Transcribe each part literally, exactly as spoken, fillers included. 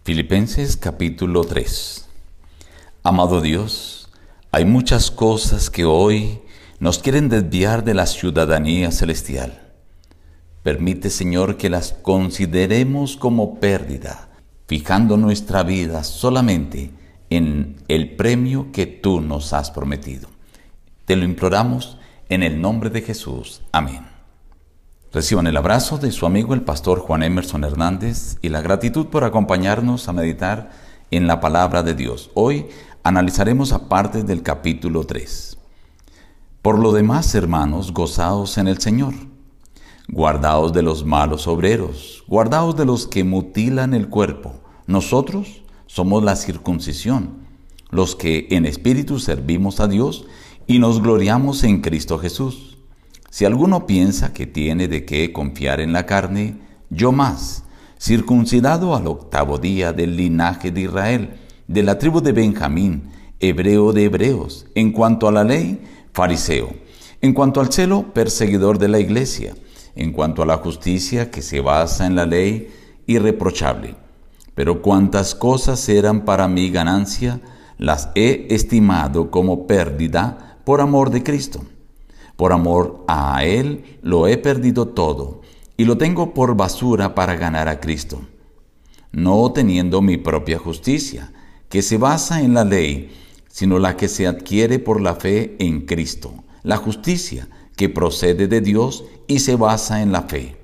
Filipenses capítulo tres. Amado Dios, hay muchas cosas que hoy nos quieren desviar de la ciudadanía celestial. Permite, Señor, que las consideremos como pérdida, fijando nuestra vida solamente en el premio que tú nos has prometido. Te lo imploramos en el nombre de Jesús. Amén. Reciban el abrazo de su amigo el pastor Juan Emerson Hernández y la gratitud por acompañarnos a meditar en la palabra de Dios. Hoy analizaremos aparte del capítulo tres. Por lo demás, hermanos, gozaos en el Señor. Guardaos de los malos obreros, guardaos de los que mutilan el cuerpo. Nosotros somos la circuncisión, los que en espíritu servimos a Dios y nos gloriamos en Cristo Jesús. Si alguno piensa que tiene de qué confiar en la carne, yo más, circuncidado al octavo día del linaje de Israel, de la tribu de Benjamín, hebreo de hebreos, en cuanto a la ley, fariseo, en cuanto al celo, perseguidor de la iglesia, en cuanto a la justicia que se basa en la ley, irreprochable. Pero cuantas cosas eran para mi ganancia, las he estimado como pérdida por amor de Cristo. Por amor a Él lo he perdido todo, y lo tengo por basura para ganar a Cristo. No teniendo mi propia justicia, que se basa en la ley, sino la que se adquiere por la fe en Cristo, la justicia que procede de Dios y se basa en la fe.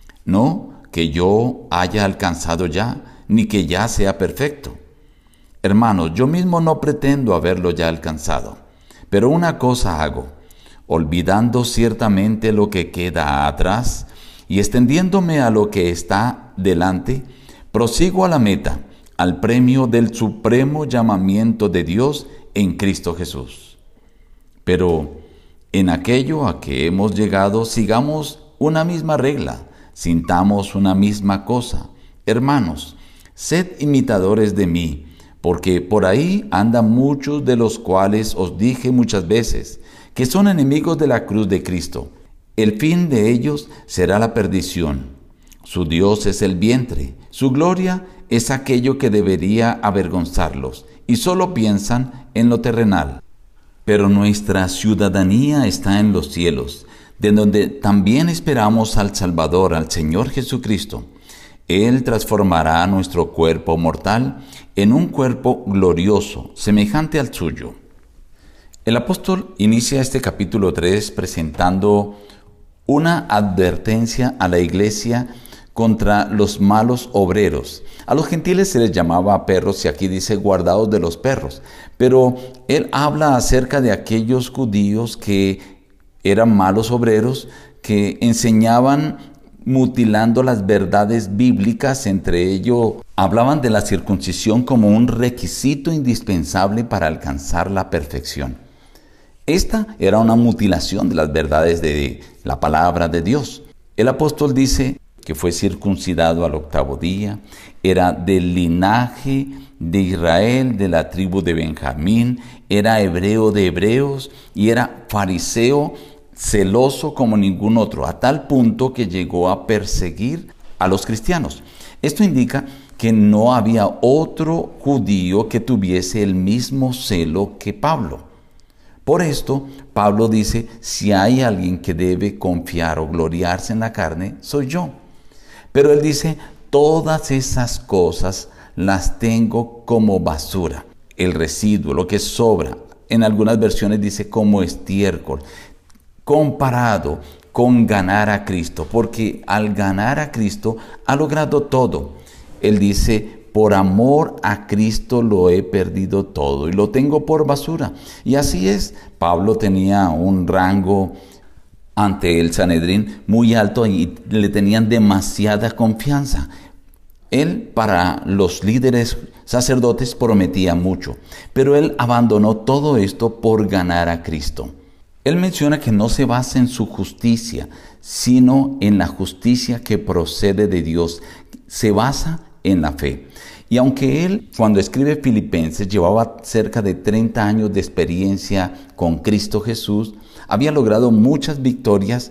No que yo haya alcanzado ya, ni que ya sea perfecto. Hermanos, yo mismo no pretendo haberlo ya alcanzado, pero una cosa hago, olvidando ciertamente lo que queda atrás y extendiéndome a lo que está delante, prosigo a la meta, al premio del supremo llamamiento de Dios en Cristo Jesús. Pero en aquello a que hemos llegado, sigamos una misma regla, sintamos una misma cosa. Hermanos, sed imitadores de mí, porque por ahí andan muchos de los cuales os dije muchas veces, que son enemigos de la cruz de Cristo. El fin de ellos será la perdición. Su Dios es el vientre, su gloria es aquello que debería avergonzarlos, y solo piensan en lo terrenal. Pero nuestra ciudadanía está en los cielos, de donde también esperamos al Salvador, al Señor Jesucristo. Él transformará nuestro cuerpo mortal en un cuerpo glorioso, semejante al suyo. El apóstol inicia este capítulo tres presentando una advertencia a la iglesia contra los malos obreros. A los gentiles se les llamaba perros y aquí dice guardaos de los perros. Pero él habla acerca de aquellos judíos que eran malos obreros, que enseñaban mutilando las verdades bíblicas. Entre ellos hablaban de la circuncisión como un requisito indispensable para alcanzar la perfección. Esta era una mutilación de las verdades de la palabra de Dios. El apóstol dice que fue circuncidado al octavo día, era del linaje de Israel, de la tribu de Benjamín, era hebreo de hebreos y era fariseo celoso como ningún otro, a tal punto que llegó a perseguir a los cristianos. Esto indica que no había otro judío que tuviese el mismo celo que Pablo. Por esto, Pablo dice, si hay alguien que debe confiar o gloriarse en la carne, soy yo. Pero él dice, todas esas cosas las tengo como basura. El residuo, lo que sobra, en algunas versiones dice como estiércol, comparado con ganar a Cristo, porque al ganar a Cristo ha logrado todo. Él dice, por amor a Cristo lo he perdido todo y lo tengo por basura. Y así es, Pablo tenía un rango ante el Sanedrín muy alto y le tenían demasiada confianza. Él para los líderes sacerdotes prometía mucho, pero él abandonó todo esto por ganar a Cristo. Él menciona que no se basa en su justicia, sino en la justicia que procede de Dios. Se basa en la fe. Y aunque él, cuando escribe Filipenses, llevaba cerca de treinta años de experiencia con Cristo Jesús, había logrado muchas victorias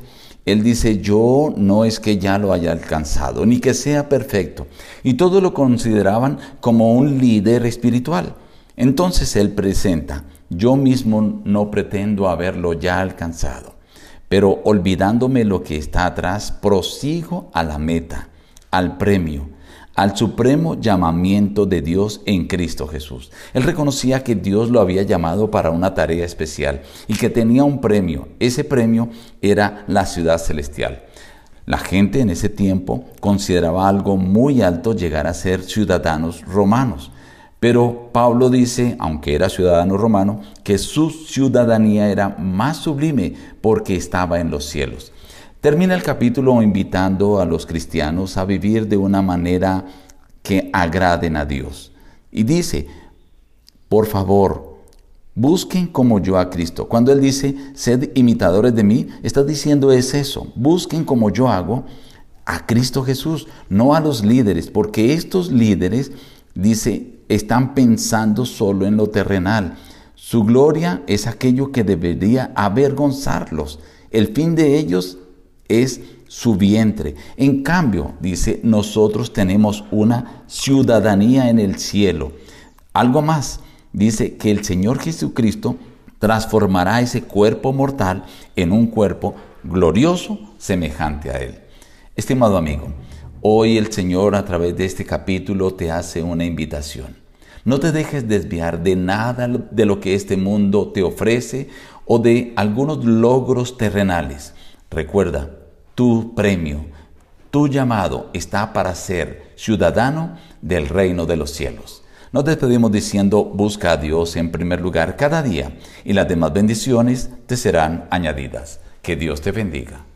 Él dice, yo no es que ya lo haya alcanzado, ni que sea perfecto. Y todos lo consideraban como un líder espiritual. Entonces él presenta, yo mismo no pretendo haberlo ya alcanzado, pero olvidándome lo que está atrás, prosigo a la meta, al premio, al supremo llamamiento de Dios en Cristo Jesús. Él reconocía que Dios lo había llamado para una tarea especial y que tenía un premio. Ese premio era la ciudad celestial. La gente en ese tiempo consideraba algo muy alto llegar a ser ciudadanos romanos. Pero Pablo dice, aunque era ciudadano romano, que su ciudadanía era más sublime porque estaba en los cielos. Termina el capítulo invitando a los cristianos a vivir de una manera que agraden a Dios. Y dice, por favor, busquen como yo a Cristo. Cuando él dice, sed imitadores de mí, está diciendo es eso. Busquen como yo hago a Cristo Jesús, no a los líderes, porque estos líderes, dice, están pensando solo en lo terrenal. Su gloria es aquello que debería avergonzarlos. El fin de ellos es su vientre. En cambio, dice, nosotros tenemos una ciudadanía en el cielo. Algo más, dice que el Señor Jesucristo transformará ese cuerpo mortal en un cuerpo glorioso semejante a Él. Estimado amigo, hoy el Señor a través de este capítulo te hace una invitación. No te dejes desviar de nada de lo que este mundo te ofrece o de algunos logros terrenales. Recuerda, tu premio, tu llamado está para ser ciudadano del reino de los cielos. Nos despedimos diciendo, busca a Dios en primer lugar cada día y las demás bendiciones te serán añadidas. Que Dios te bendiga.